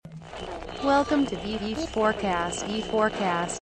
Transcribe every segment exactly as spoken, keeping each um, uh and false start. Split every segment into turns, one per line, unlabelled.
Welcome to V V Forecast. V Forecast.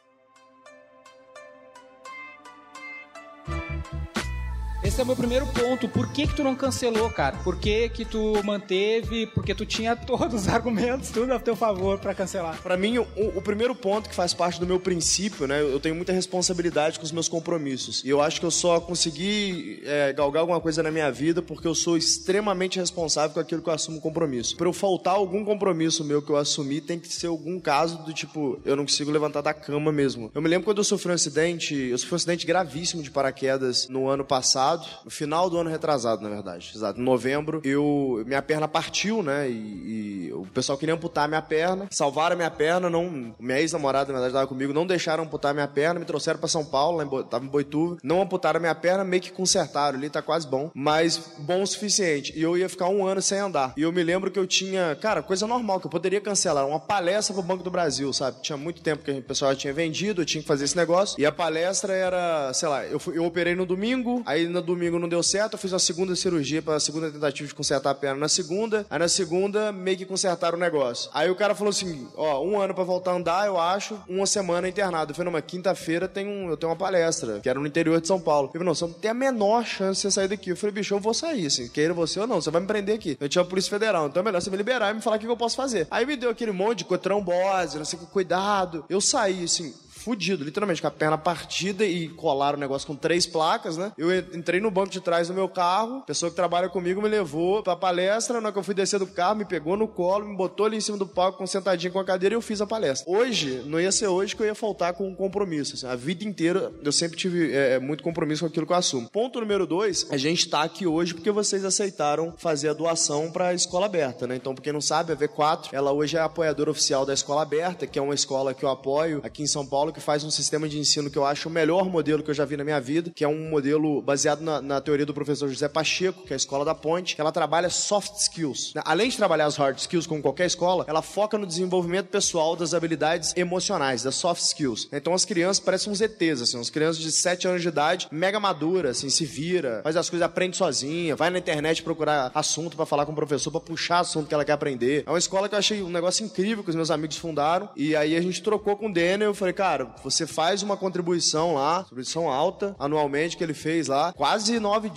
Esse é o meu primeiro ponto. Por que que tu não cancelou, cara? Por que que tu manteve? Porque tu tinha todos os argumentos, tudo a teu favor pra cancelar.
Pra mim, o, o primeiro ponto que faz parte do meu princípio, né? Eu tenho muita responsabilidade com os meus compromissos. E eu acho que eu só consegui é, galgar alguma coisa na minha vida porque eu sou extremamente responsável com aquilo que eu assumo compromisso. Pra eu faltar algum compromisso meu que eu assumi, tem que ser algum caso do tipo, eu não consigo levantar da cama mesmo. Eu me lembro quando eu sofri um acidente, eu sofri um acidente gravíssimo de paraquedas no ano passado, no final do ano retrasado, na verdade. Exato. Em novembro, eu, minha perna partiu, né? E, e o pessoal queria amputar a minha perna. Salvaram a minha perna, não... Minha ex-namorada, na verdade, estava comigo, não deixaram amputar a minha perna, me trouxeram pra São Paulo, lá em Bo... tava em Boituva. Não amputaram a minha perna, meio que consertaram ali, tá quase bom. Mas bom o suficiente. E eu ia ficar um ano sem andar. E eu me lembro que eu tinha, cara, coisa normal, que eu poderia cancelar. Uma palestra pro Banco do Brasil, sabe? Tinha muito tempo que o pessoal já tinha vendido, eu tinha que fazer esse negócio. E a palestra era, sei lá, eu, fui, eu operei no domingo, aí no domingo não deu certo, eu fiz uma segunda cirurgia para a segunda tentativa de consertar a perna na segunda, aí na segunda meio que consertaram o negócio. Aí o cara falou assim, ó, um ano para voltar a andar, eu acho, uma semana internado. Eu falei, não, mas quinta-feira tem um, eu tenho uma palestra, que era no interior de São Paulo. Eu falei, não, você não tem a menor chance de você sair daqui. Eu falei, bicho, eu vou sair, assim, queira você ou não, você vai me prender aqui. Eu tinha a Polícia Federal, então é melhor você me liberar e me falar o que eu posso fazer. Aí me deu aquele monte de trombose, não sei o que, cuidado. Eu saí, assim, fudido, literalmente, com a perna partida e colaram o negócio com três placas, né? Eu entrei no banco de trás do meu carro, a pessoa que trabalha comigo me levou pra palestra, na hora que eu fui descer do carro, me pegou no colo, me botou ali em cima do palco, sentadinho com a cadeira e eu fiz a palestra. Hoje, não ia ser hoje que eu ia faltar com um compromisso, assim, a vida inteira eu sempre tive é, muito compromisso com aquilo que eu assumo. Ponto número dois, a gente tá aqui hoje porque vocês aceitaram fazer a doação pra Escola Aberta, né? Então, pra quem não sabe, a V quatro, ela hoje é a apoiadora oficial da Escola Aberta, que é uma escola que eu apoio aqui em São Paulo, que faz um sistema de ensino que eu acho o melhor modelo que eu já vi na minha vida, que é um modelo baseado na, na teoria do professor José Pacheco, que é a Escola da Ponte, que ela trabalha soft skills. Além de trabalhar as hard skills, como qualquer escola, ela foca no desenvolvimento pessoal das habilidades emocionais, das soft skills. Então as crianças parecem uns E Tês, assim, uns crianças de sete anos de idade, mega madura, assim, se vira, faz as coisas, aprende sozinha, vai na internet procurar assunto pra falar com o professor, pra puxar assunto que ela quer aprender. É uma escola que eu achei um negócio incrível que os meus amigos fundaram, e aí a gente trocou com o Daniel, eu falei, cara, você faz uma contribuição lá, contribuição alta, anualmente, que ele fez lá, quase nove,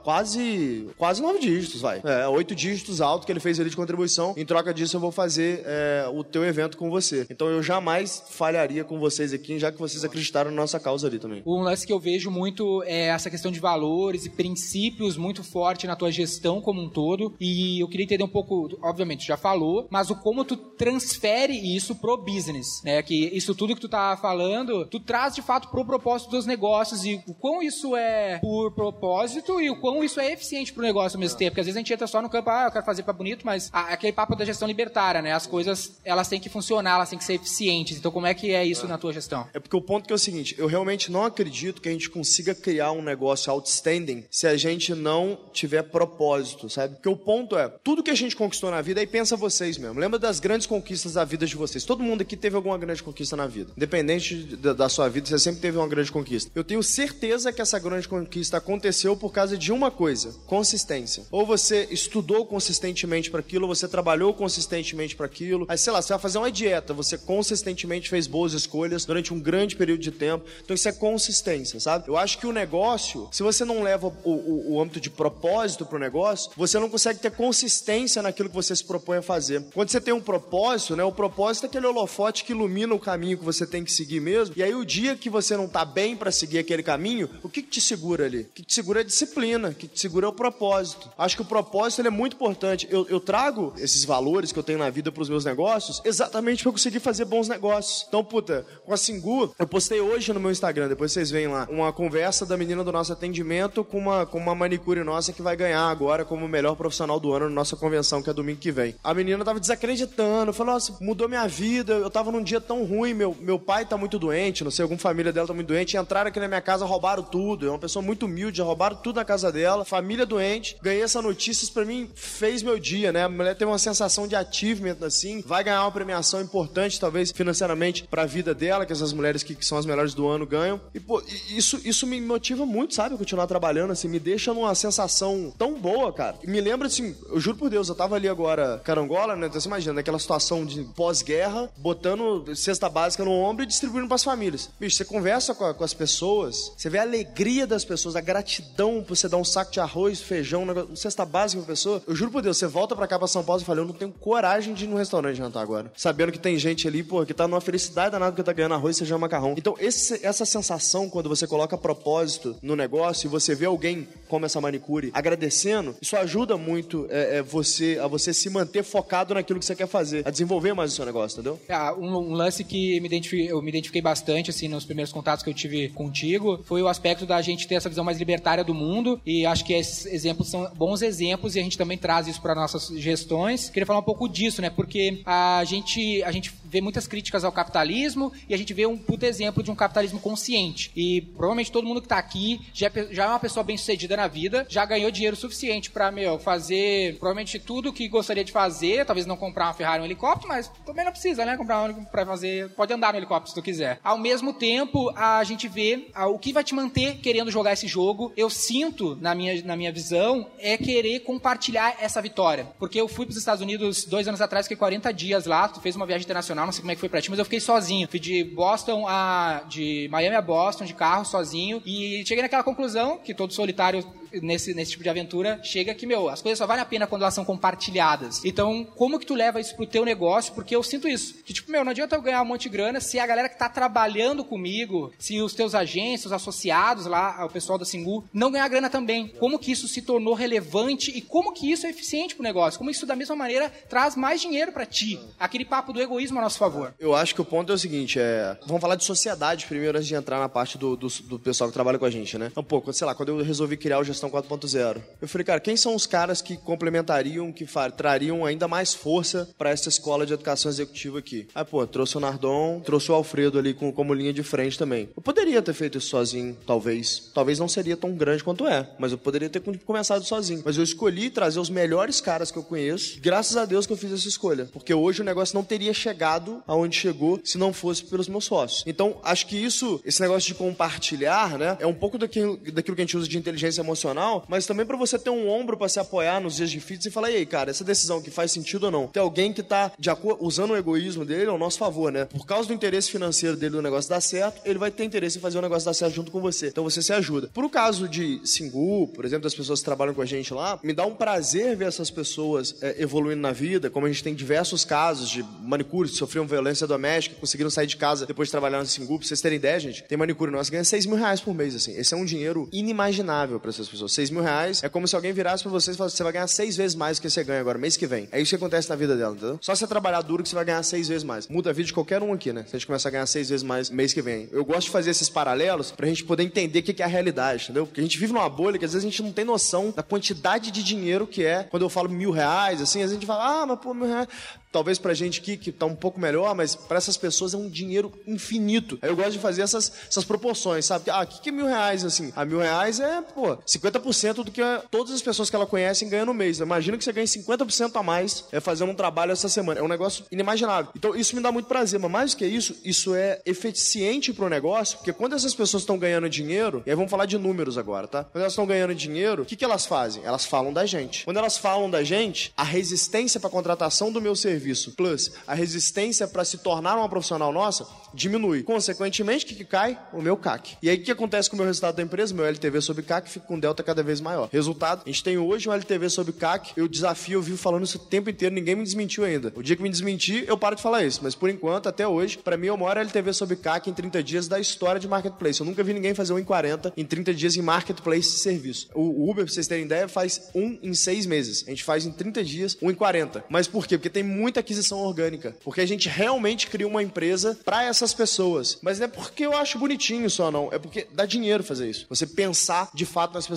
quase, quase nove dígitos, vai. É, oito dígitos alto que ele fez ali de contribuição. Em troca disso, eu vou fazer é, o teu evento com você. Então, eu jamais falharia com vocês aqui, já que vocês acreditaram na nossa causa ali também.
Um lance que eu vejo muito é essa questão de valores e princípios muito forte na tua gestão como um todo. E eu queria entender um pouco, obviamente, tu já falou, mas o como tu transfere isso pro business, né? Que isso tudo que tu tá falando, tu traz de fato pro propósito dos negócios e o quão isso é por propósito e o quão isso é eficiente pro negócio ao mesmo tempo. Porque às vezes a gente entra só no campo, ah, eu quero fazer pra bonito, mas ah, aquele papo da gestão libertária, né? As coisas, elas têm que funcionar, elas têm que ser eficientes. Então como é que é isso é. na tua gestão?
É porque o ponto que é o seguinte, eu realmente não acredito que a gente consiga criar um negócio outstanding se a gente não tiver propósito, sabe? Porque o ponto é, tudo que a gente conquistou na vida, aí pensa vocês mesmo. Lembra das grandes conquistas da vida de vocês. Todo mundo aqui teve alguma grande conquista na vida. Independente da, da sua vida, você sempre teve uma grande conquista. Eu tenho certeza que essa grande conquista aconteceu por causa de uma coisa, consistência. Ou você estudou consistentemente para aquilo, ou você trabalhou consistentemente para aquilo. Aí, sei lá, você vai fazer uma dieta, você consistentemente fez boas escolhas durante um grande período de tempo. Então isso é consistência, sabe? Eu acho que o negócio, se você não leva o, o, o âmbito de propósito pro negócio, você não consegue ter consistência naquilo que você se propõe a fazer. Quando você tem um propósito, né? O propósito é aquele holofote que ilumina o caminho que você tem que seguir mesmo. E aí o dia que você não tá bem para seguir aquele caminho, o que que te segura ali? O que te segura é a disciplina, o que te segura é o propósito. Acho que o propósito ele é muito importante. Eu, eu trago esses valores que eu tenho na vida pros meus negócios exatamente para eu conseguir fazer bons negócios. Então, puta, com a Singu, eu postei hoje no meu Instagram, depois vocês veem lá, uma conversa da menina do nosso atendimento com uma, com uma manicure nossa que vai ganhar agora como melhor profissional do ano na nossa convenção, que é domingo que vem. A menina tava desacreditando, falou, nossa, mudou minha vida, eu tava num dia tão ruim, meu, meu pai tá muito doente, não sei, alguma família dela tá muito doente, entraram aqui na minha casa, roubaram tudo. É uma pessoa muito humilde, roubaram tudo na casa dela, família doente. Ganhei essa notícia, isso pra mim fez meu dia, né? A mulher teve uma sensação de achievement, assim, vai ganhar uma premiação importante, talvez financeiramente, pra vida dela, que essas mulheres que, que são as melhores do ano ganham. E, pô, isso, isso me motiva muito, sabe? Continuar trabalhando, assim, me deixa numa sensação tão boa, cara. E me lembra, assim, eu juro por Deus, eu tava ali agora, carangola, né? Então você imagina, naquela situação de pós-guerra, botando cesta básica no ombro e distribuindo pras famílias. Bicho, você conversa com, a, com as pessoas, você vê a alegria das pessoas, a gratidão por você dar um saco de arroz, feijão, uma cesta básica pra pessoa. Eu juro por Deus, você volta pra cá, pra São Paulo e fala, eu não tenho coragem de ir num restaurante jantar agora. Sabendo que tem gente ali, pô, que tá numa felicidade danada porque tá ganhando arroz, feijão e macarrão. Então, esse, essa sensação, quando você coloca propósito no negócio e você vê alguém como essa manicure agradecendo, isso ajuda muito é, é, você, a você se manter focado naquilo que você quer fazer, a desenvolver mais o seu negócio, entendeu?
Ah, um, um lance que me identifiquei, eu me identifiquei bastante, assim, nos primeiros contatos que eu tive contigo, foi o aspecto da gente ter essa visão mais libertária do mundo, e acho que esses exemplos são bons exemplos, e a gente também traz isso para nossas gestões. Queria falar um pouco disso, né, porque a gente, a gente vê muitas críticas ao capitalismo, e a gente vê um puto exemplo de um capitalismo consciente, e provavelmente todo mundo que tá aqui já é, já é uma pessoa bem-sucedida na vida, já ganhou dinheiro suficiente pra, meu, fazer provavelmente tudo que gostaria de fazer, talvez não comprar uma Ferrari ou um helicóptero, mas também não precisa, né, comprar um helicóptero pra fazer, pode andar no helicóptero se tu quiser. Ao mesmo tempo, a gente vê a, o que vai te manter querendo jogar esse jogo. Eu sinto, na minha, na minha visão, é querer compartilhar essa vitória, porque eu fui pros Estados Unidos dois anos atrás, fiquei quarenta dias lá, tu fez uma viagem internacional, não sei como é que foi pra ti, mas eu fiquei sozinho, fui de Boston a, de Miami a Boston, de carro, sozinho, e cheguei naquela conclusão, que todo solitário nesse, nesse tipo de aventura, chega que, meu, as coisas só valem a pena quando elas são compartilhadas. Então, como que tu leva isso pro teu negócio? Porque eu sinto isso, que tipo, meu, não adianta eu ganhar um monte de grana se a galera que tá trabalhando comigo, se os teus agentes, os associados lá, o pessoal da Singu, não ganhar grana também. Como que isso se tornou relevante e como que isso é eficiente pro negócio? Como isso, da mesma maneira, traz mais dinheiro pra ti? Aquele papo do egoísmo a nosso favor.
Eu acho que o ponto é o seguinte, é... Vamos falar de sociedade primeiro, antes de entrar na parte do, do, do pessoal que trabalha com a gente, né? Um pouco, sei lá, quando eu resolvi criar o Gestão quatro ponto zero, eu falei, cara, quem são os caras que complementariam, que fa- trariam ainda mais força pra essa escola de educação executiva aqui? Ah, pô, trouxe o Nardon, trouxe o Alfredo ali com, como linha de frente também. Eu poderia ter feito isso sozinho, talvez. Talvez não seria tão grande quanto é, mas eu poderia ter começado sozinho. Mas eu escolhi trazer os melhores caras que eu conheço, graças a Deus que eu fiz essa escolha. Porque hoje o negócio não teria chegado aonde chegou se não fosse pelos meus sócios. Então, acho que isso, esse negócio de compartilhar, né, é um pouco daquilo, daquilo que a gente usa de inteligência emocional, mas também pra você ter um ombro pra se apoiar nos dias difíceis e falar, e aí, cara, essa decisão aqui faz sentido ou não? Tem alguém que tá de acordo, usando o egoísmo dele ao nosso favor, né? Por causa do interesse financeiro dele do negócio dar certo, ele vai ter interesse em fazer o negócio dar certo junto com você. Então você se ajuda. Por o caso de Singu, por exemplo, das pessoas que trabalham com a gente lá, me dá um prazer ver essas pessoas é, evoluindo na vida, como a gente tem diversos casos de manicures que sofriam violência doméstica, conseguiram sair de casa depois de trabalhar no Singu. Pra vocês terem ideia, gente, tem manicure nossa que ganha seis mil reais por mês, assim. Esse é um dinheiro inimaginável pra essas pessoas. seis mil reais é como se alguém virasse pra vocês e falasse, você vai ganhar seis vezes mais do que você ganha agora, mês que vem. É isso que acontece na vida dela, entendeu? Só você trabalhar duro que você vai ganhar seis vezes mais. Muda a vida de qualquer um aqui, né? Se a gente começar a ganhar seis vezes mais mês que vem. Eu gosto de fazer esses paralelos pra gente poder entender o que é a realidade, entendeu? Porque a gente vive numa bolha que às vezes a gente não tem noção da quantidade de dinheiro que é. Quando eu falo mil reais, assim, às vezes a gente fala, ah, mas pô, mil reais... Talvez pra gente aqui, que tá um pouco melhor, mas pra essas pessoas é um dinheiro infinito. Aí eu gosto de fazer essas, essas proporções, sabe? Ah, o que, que é mil reais, assim? Ah, mil reais é, pô, cinquenta por cento do que todas as pessoas que ela conhecem ganham no mês. Imagina que você ganha cinquenta por cento a mais é, fazendo um trabalho essa semana. É um negócio inimaginável. Então, isso me dá muito prazer. Mas mais do que isso, isso é eficiente pro negócio, porque quando essas pessoas estão ganhando dinheiro, e aí vamos falar de números agora, tá? Quando elas estão ganhando dinheiro, o que, que elas fazem? Elas falam da gente. Quando elas falam da gente, a resistência pra contratação do meu serviço plus a resistência para se tornar uma profissional nossa diminui. Consequentemente, o que, que cai? O meu C A C. E aí, o que acontece com o meu resultado da empresa? Meu L T V sobre C A C fica com um delta cada vez maior. Resultado, a gente tem hoje um L T V sobre C A C, eu desafio, eu vivo falando isso o tempo inteiro, ninguém me desmentiu ainda. O dia que me desmentir, eu paro de falar isso. Mas, por enquanto, até hoje, para mim, é o maior L T V sobre C A C em trinta dias da história de Marketplace. Eu nunca vi ninguém fazer um em quarenta em trinta dias em Marketplace de serviço. O Uber, pra vocês terem ideia, faz um em seis meses. A gente faz em trinta dias, um em quarenta. Mas por quê? Porque tem muita aquisição orgânica. Porque a gente realmente cria uma empresa para essas pessoas. Mas não é porque eu acho bonitinho só, não. É porque dá dinheiro fazer isso. Você pensar, de fato, nas pessoas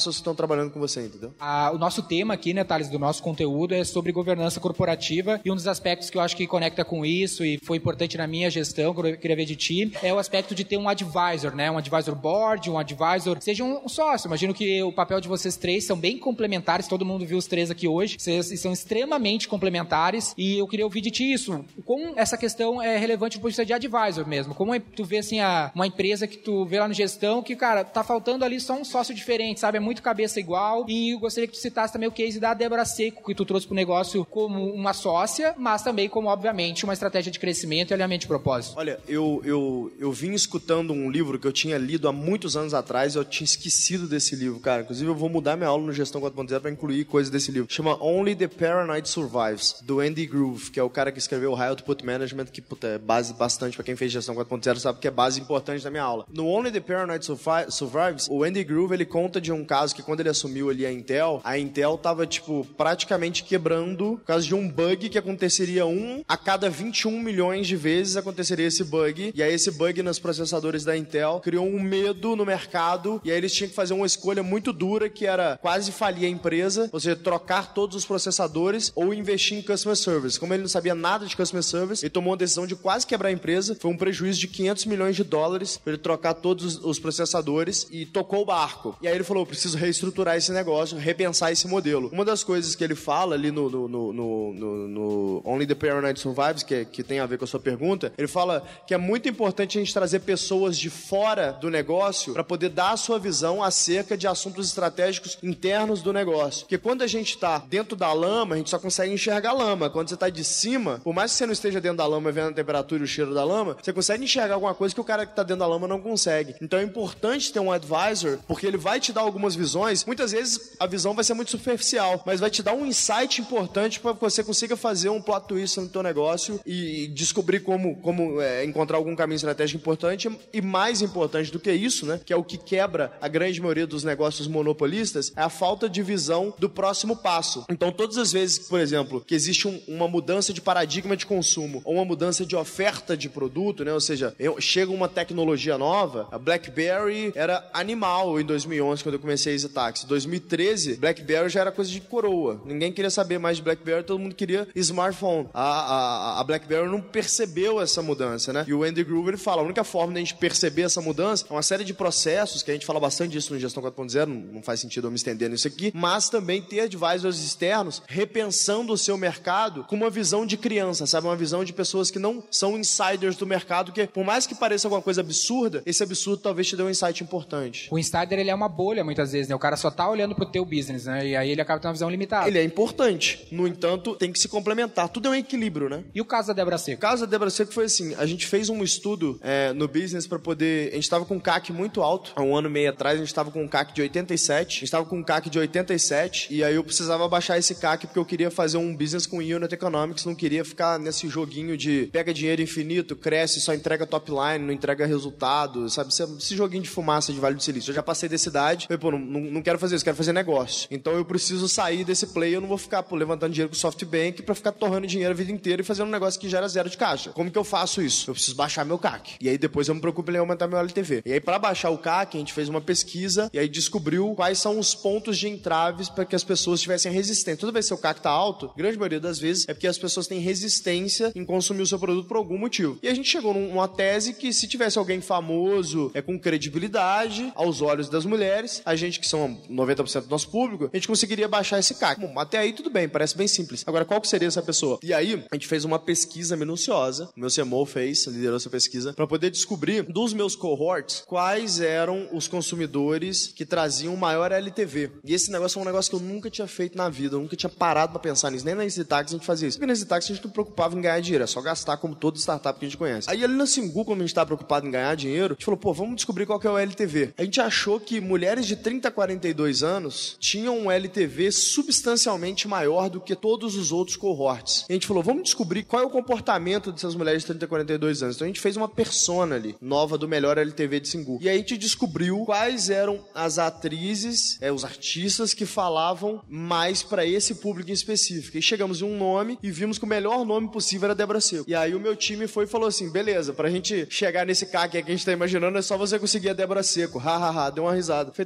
pessoas que estão trabalhando com você, entendeu?
Ah, o nosso tema aqui, né, Thales, do nosso conteúdo é sobre governança corporativa, e um dos aspectos que eu acho que conecta com isso e foi importante na minha gestão, que eu queria ver de ti, é o aspecto de ter um advisor, né, um advisor board, um advisor, seja um sócio. Imagino que o papel de vocês três são bem complementares, todo mundo viu os três aqui hoje, vocês são extremamente complementares, e eu queria ouvir de ti isso, como essa questão é relevante do ponto de vista de advisor mesmo, como é, tu vê assim, a, uma empresa que tu vê lá no gestão, que, cara, tá faltando ali só um sócio diferente, sabe, é muito cabeça igual, e eu gostaria que tu citasse também o case da Débora Seco, que tu trouxe pro negócio como uma sócia, mas também como, obviamente, uma estratégia de crescimento e alinhamento de propósito.
Olha, eu, eu, eu vim escutando um livro que eu tinha lido há muitos anos atrás, eu tinha esquecido desse livro, cara, inclusive eu vou mudar minha aula no Gestão quatro ponto zero para incluir coisas desse livro. Chama Only the Paranoid Survives, do Andy Grove, que é o cara que escreveu o High Output Management, que puta, é base bastante, para quem fez Gestão quatro ponto zero sabe que é base importante da minha aula. No Only the Paranoid Survives, o Andy Grove, ele conta de um caso que quando ele assumiu ali a Intel, a Intel tava, tipo, praticamente quebrando por causa de um bug que aconteceria um a cada vinte e um milhões de vezes aconteceria esse bug, e aí esse bug nos processadores da Intel criou um medo no mercado, e aí eles tinham que fazer uma escolha muito dura, que era quase falir a empresa, ou seja, trocar todos os processadores ou investir em Customer Service. Como ele não sabia nada de Customer Service, ele tomou uma decisão de quase quebrar a empresa, foi um prejuízo de quinhentos milhões de dólares para ele trocar todos os processadores e tocou o barco. E aí ele falou, eu preciso reestruturar esse negócio, repensar esse modelo. Uma das coisas que ele fala ali no, no, no, no, no, no Only the Paranoid Survives, que, é, que tem a ver com a sua pergunta, ele fala que é muito importante a gente trazer pessoas de fora do negócio para poder dar a sua visão acerca de assuntos estratégicos internos do negócio. Porque quando a gente está dentro da lama, a gente só consegue enxergar a lama. Quando você está de cima, por mais que você não esteja dentro da lama vendo a temperatura e o cheiro da lama, você consegue enxergar alguma coisa que o cara que está dentro da lama não consegue. Então é importante ter um advisor, porque ele vai te dar algumas visões. Muitas vezes a visão vai ser muito superficial, mas vai te dar um insight importante para que você consiga fazer um plot twist no teu negócio e descobrir como, como é, encontrar algum caminho estratégico importante. E mais importante do que isso, né, que é o que quebra a grande maioria dos negócios monopolistas, é a falta de visão do próximo passo. Então, todas as vezes, por exemplo, que existe um, uma mudança de paradigma de consumo ou uma mudança de oferta de produto, né, ou seja, eu, chega uma tecnologia nova, a BlackBerry era animal em dois mil e onze, quando eu comecei a EasyTaxi. Em dois mil e treze, BlackBerry já era coisa de coroa. Ninguém queria saber mais de BlackBerry, todo mundo queria smartphone. A, a, a BlackBerry não percebeu essa mudança, né? E o Andy Grove, ele fala, a única forma de a gente perceber essa mudança é uma série de processos, que a gente fala bastante disso no Gestão quatro ponto zero, não, não faz sentido eu me estender nisso aqui, mas também ter advisors externos repensando o seu mercado com uma visão de criança, sabe? Uma visão de pessoas que não são insiders do mercado, que por mais que pareça alguma coisa absurda, esse absurdo talvez te dê um insight importante.
O insider, ele é uma bolha muitas vezes, né? O cara só tá olhando pro teu business, né? E aí ele acaba tendo uma visão limitada.
Ele é importante, no entanto, tem que se complementar. Tudo é um equilíbrio, né?
E o caso da Débora Seco?
O caso da Débora Seco foi assim, a gente fez um estudo é, no business para poder... A gente tava com um C A C muito alto, há um ano e meio atrás, a gente tava com um C A C de oitenta e sete, a gente tava com um C A C de oitenta e sete, e aí eu precisava baixar esse C A C porque eu queria fazer um business com unit economics, não queria ficar nesse joguinho de pega dinheiro infinito, cresce, só entrega top line, não entrega resultado, sabe? Esse joguinho de fumaça de Vale do Silício. Eu já passei dessa idade, falei, pô, não, não quero fazer isso, quero fazer negócio. Então eu preciso sair desse play, eu não vou ficar, pô, levantando dinheiro com SoftBank pra ficar torrando dinheiro a vida inteira e fazendo um negócio que gera zero de caixa. Como que eu faço isso? Eu preciso baixar meu C A C. E aí depois eu me preocupo em aumentar meu L T V. E aí pra baixar o C A C, a gente fez uma pesquisa e aí descobriu quais são os pontos de entraves para que as pessoas tivessem resistência. Toda vez que o C A C tá alto, a grande maioria das vezes é porque as pessoas têm resistência em consumir o seu produto por algum motivo. E a gente chegou numa tese que se tivesse alguém famoso, é com credibilidade, aos olhos das mulheres, a gente que são noventa por cento do nosso público, a gente conseguiria baixar esse C A C. Bom, até aí tudo bem, parece bem simples. Agora, qual que seria essa pessoa? E aí, a gente fez uma pesquisa minuciosa, o meu C M O fez, liderou essa pesquisa, para poder descobrir dos meus cohorts quais eram os consumidores que traziam maior L T V. E esse negócio é um negócio que eu nunca tinha feito na vida, eu nunca tinha parado pra pensar nisso. Nem na EasyTaxi a gente fazia isso. Porque na EasyTaxi a gente não preocupava em ganhar dinheiro, é só gastar como todo startup que a gente conhece. Aí ali na Singu, como a gente tava preocupado em ganhar dinheiro, a gente falou, pô, vamos descobrir qual que é o L T V. A gente achou que mulheres de trinta a quarenta e dois anos tinham um L T V substancialmente maior do que todos os outros cohorts. E a gente falou, vamos descobrir qual é o comportamento dessas mulheres de trinta a quarenta e dois anos. Então a gente fez uma persona ali, nova do melhor L T V de Singu. E aí a gente descobriu quais eram as atrizes, é, os artistas que falavam mais pra esse público em específico. E chegamos em um nome e vimos que o melhor nome possível era Débora Seco. E aí o meu time foi e falou assim, beleza, pra gente chegar nesse C A C que a gente tá imaginando, é só você conseguir a Débora Seco. Ha, ha, ha. Deu uma risada. Falei, tá bom, vou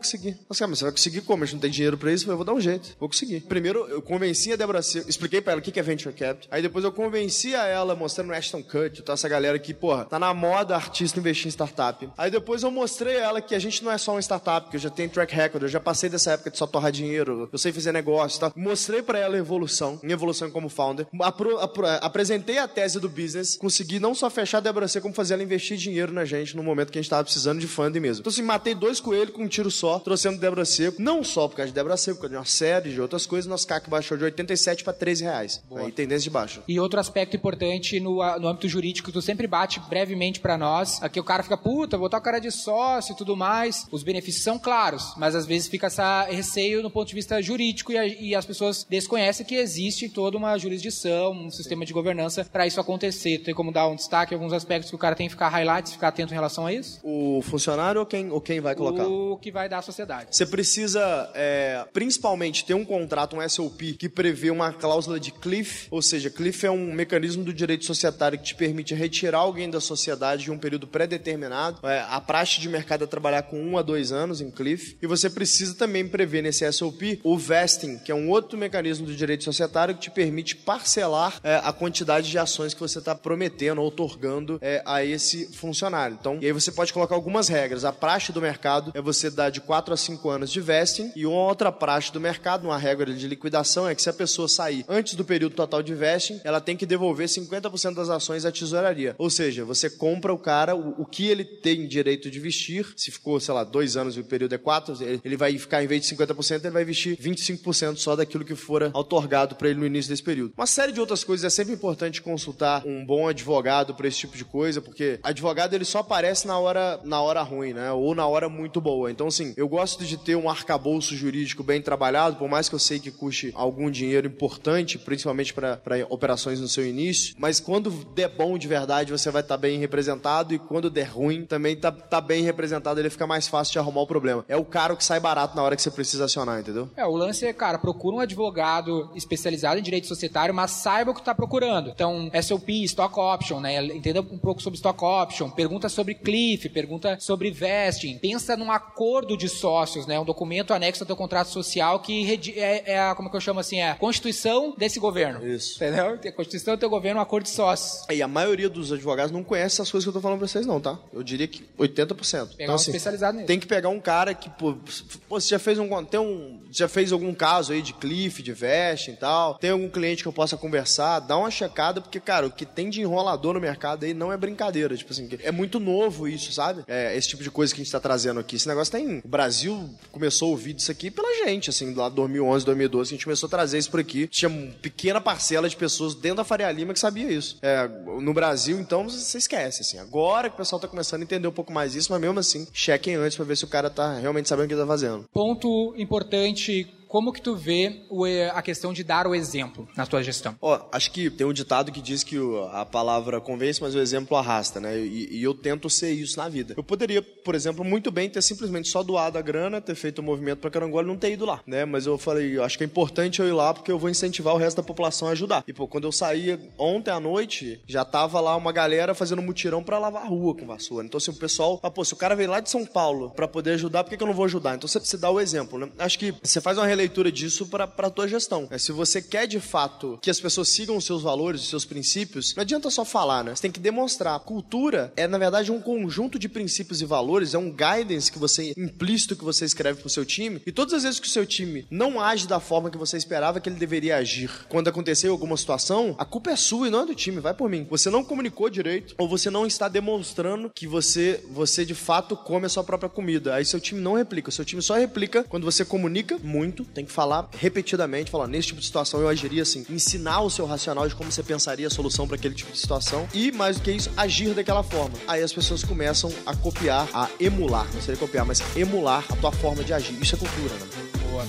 conseguir. Mas, cara, mas você vai conseguir como? A gente não tem dinheiro pra isso? Eu falei, vou dar um jeito, vou conseguir. Primeiro, eu convenci a Débora Seco, expliquei pra ela o que é Venture Capital. Aí depois eu convenci a ela, mostrando o Ashton Kutcher, tá, essa galera que, porra, tá na moda artista investir em startup. Aí depois eu mostrei a ela que a gente não é só uma startup, que eu já tenho track record, eu já passei dessa época de só torrar dinheiro, eu sei fazer negócio, tá? Mostrei pra ela a evolução, minha evolução como founder. Apro, apro, apresentei a tese do business, consegui não só fechar a Débora Seco, como fazer ela investir dinheiro na gente no momento que a gente tava precisando de funding mesmo. Então assim, matei dois coelhos com um tiro só, trouxemos Débora Seco, não só por causa de Débora Seco, por causa de uma série de outras coisas, nosso C A C baixou de oitenta e sete para treze reais. Aí tendência de baixo.
E outro aspecto importante no, no âmbito jurídico, tu sempre bate brevemente pra nós, aqui o cara fica, puta, botar o cara de sócio e tudo mais, os benefícios são claros, mas às vezes fica essa receio no ponto de vista jurídico e, a, e as pessoas desconhecem que existe toda uma jurisdição, um sistema de governança pra isso acontecer. Tem como dar um destaque, alguns aspectos que o cara tem que ficar highlights, ficar atento em relação a isso?
O funcionário ou quem, ou quem vai colocar?
O que vai dar à sociedade.
Você precisa, é, principalmente, ter um contrato, um S O P, que prevê uma cláusula de cliff, ou seja, cliff é um mecanismo do direito societário que te permite retirar alguém da sociedade em um período pré-determinado. É, a praxe de mercado é trabalhar com um a dois anos em cliff. E você precisa também prever nesse S O P o vesting, que é um outro mecanismo do direito societário que te permite parcelar é, a quantidade de ações que você está prometendo ou otorgando é, a esse funcionário. Então, e aí você pode colocar algumas regras. A praxe do mercado é você dar de quatro a cinco anos de vesting, e uma outra praxe do mercado, uma regra de liquidação, é que se a pessoa sair antes do período total de vesting, ela tem que devolver cinquenta por cento das ações à tesouraria. Ou seja, você compra o cara o, o que ele tem direito de vestir. Se ficou, sei lá, dois anos e o período é quatro, ele vai ficar, em vez de cinquenta por cento, ele vai vestir vinte e cinco por cento só daquilo que fora outorgado para ele no início desse período. Uma série de outras coisas. É sempre importante consultar um bom advogado para esse tipo de coisa, porque advogado ele só aparece na hora, na hora ruim, né? Ou na hora muito boa. Então, assim, eu gosto de ter um arcabouço jurídico bem trabalhado, por mais que eu sei que custe algum dinheiro importante, principalmente para operações no seu início, mas quando der bom de verdade, você vai estar tá bem representado, e quando der ruim, também tá, tá bem representado, ele fica mais fácil de arrumar o problema. É o caro que sai barato na hora que você precisa acionar, entendeu?
É, o lance é, cara, procura um advogado especializado em direito societário, mas saiba o que tá procurando. Então, S O P, Stock Option, né? Entenda um pouco sobre Stock Option, pergunta sobre cliff, pergunta sobre vesting, pensa num acordo de sócios, né? Um documento anexo ao teu contrato social que é, é a, como que eu chamo assim, é a constituição desse governo.
Isso.
Entendeu? A constituição do teu governo é um acordo de sócios.
E a maioria dos advogados não conhece essas coisas que eu tô falando pra vocês não, tá? Eu diria que oitenta por cento.
Pegar
então,
um
assim,
especializado nisso.
Tem que pegar um cara que, pô, pô, você já fez um, tem um, já fez algum caso aí de cliff, de vesting e tal, tem algum cliente que eu possa conversar, dá uma checada, porque, cara, o que tem de enrolador no mercado aí não é brincadeira, tipo assim, é muito novo isso, sabe? É, esse tipo de coisa que a gente tá trazendo aqui. Esse negócio tem... O Brasil começou a ouvir disso aqui pela gente, assim, lá de dois mil e onze, dois mil e doze, a gente começou a trazer isso por aqui. Tinha uma pequena parcela de pessoas dentro da Faria Lima que sabia isso. É, no Brasil, então, você esquece, assim. Agora que o pessoal tá começando a entender um pouco mais isso, mas mesmo assim, chequem antes pra ver se o cara tá realmente sabendo o que ele tá fazendo.
Ponto importante... Como que tu vê o, a questão de dar o exemplo na tua gestão?
Ó, acho que tem um ditado que diz que a palavra convence, mas o exemplo arrasta, né? E, e eu tento ser isso na vida. Eu poderia, por exemplo, muito bem ter simplesmente só doado a grana, ter feito o um movimento pra Carangola e não ter ido lá, né? Mas eu falei, eu acho que é importante eu ir lá porque eu vou incentivar o resto da população a ajudar. E, pô, quando eu saía ontem à noite, já tava lá uma galera fazendo mutirão pra lavar a rua com vassoura. Então, assim, o pessoal... Ah, pô, se o cara veio lá de São Paulo pra poder ajudar, por que, que eu não vou ajudar? Então, você, você dá o exemplo, né? Acho que você faz uma leitura disso para a tua gestão. É, se você quer, de fato, que as pessoas sigam os seus valores, os seus princípios, não adianta só falar, né? Você tem que demonstrar. Cultura é, na verdade, um conjunto de princípios e valores, é um guidance que você, implícito que você escreve pro seu time, e todas as vezes que o seu time não age da forma que você esperava que ele deveria agir, quando aconteceu alguma situação, a culpa é sua e não é do time, vai por mim. Você não comunicou direito, ou você não está demonstrando que você, você de fato come a sua própria comida. Aí seu time não replica. O seu time só replica quando você comunica muito, tem que falar repetidamente, falar, nesse tipo de situação eu agiria assim, ensinar o seu racional de como você pensaria a solução para aquele tipo de situação e, mais do que isso, agir daquela forma. Aí as pessoas começam a copiar, a emular, não seria copiar, mas emular a tua forma de agir. Isso é cultura, né?
Boa.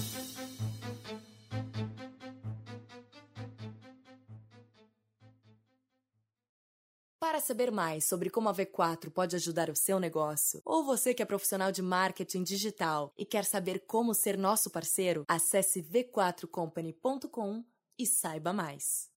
Para saber mais sobre como a V quatro pode ajudar o seu negócio, ou você que é profissional de marketing digital e quer saber como ser nosso parceiro, acesse v quatro company ponto com e saiba mais.